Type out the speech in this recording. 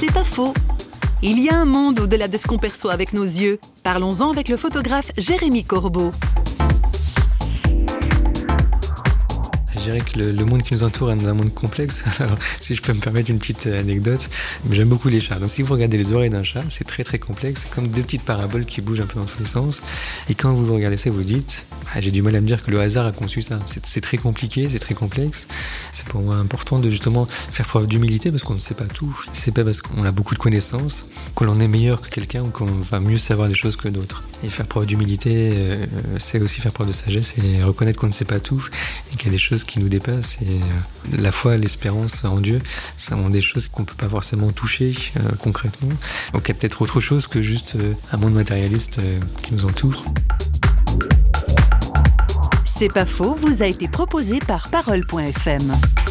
C'est pas faux. Il y a un monde au-delà de ce qu'on perçoit avec nos yeux. Parlons-en avec le photographe Jérémy Corbeau. Je dirais que le monde qui nous entoure est un monde complexe. Alors, si je peux me permettre une petite anecdote, j'aime beaucoup les chats. Donc, si vous regardez les oreilles d'un chat, c'est très très complexe. C'est comme deux petites paraboles qui bougent un peu dans tous les sens. Et quand vous regardez ça, vous dites, j'ai du mal à me dire que le hasard a conçu ça. C'est très compliqué, c'est très complexe. C'est pour moi important de justement faire preuve d'humilité parce qu'on ne sait pas tout. C'est pas parce qu'on a beaucoup de connaissances qu'on en est meilleur que quelqu'un ou qu'on va mieux savoir des choses que d'autres. Et faire preuve d'humilité, c'est aussi faire preuve de sagesse et reconnaître qu'on ne sait pas tout et qu'il y a des choses qui nous dépassent. Et la foi, l'espérance en Dieu, ça sont des choses qu'on ne peut pas forcément toucher concrètement. Donc il y a peut-être autre chose que juste un monde matérialiste qui nous entoure. C'est pas faux, vous a été proposé par Parole.fm.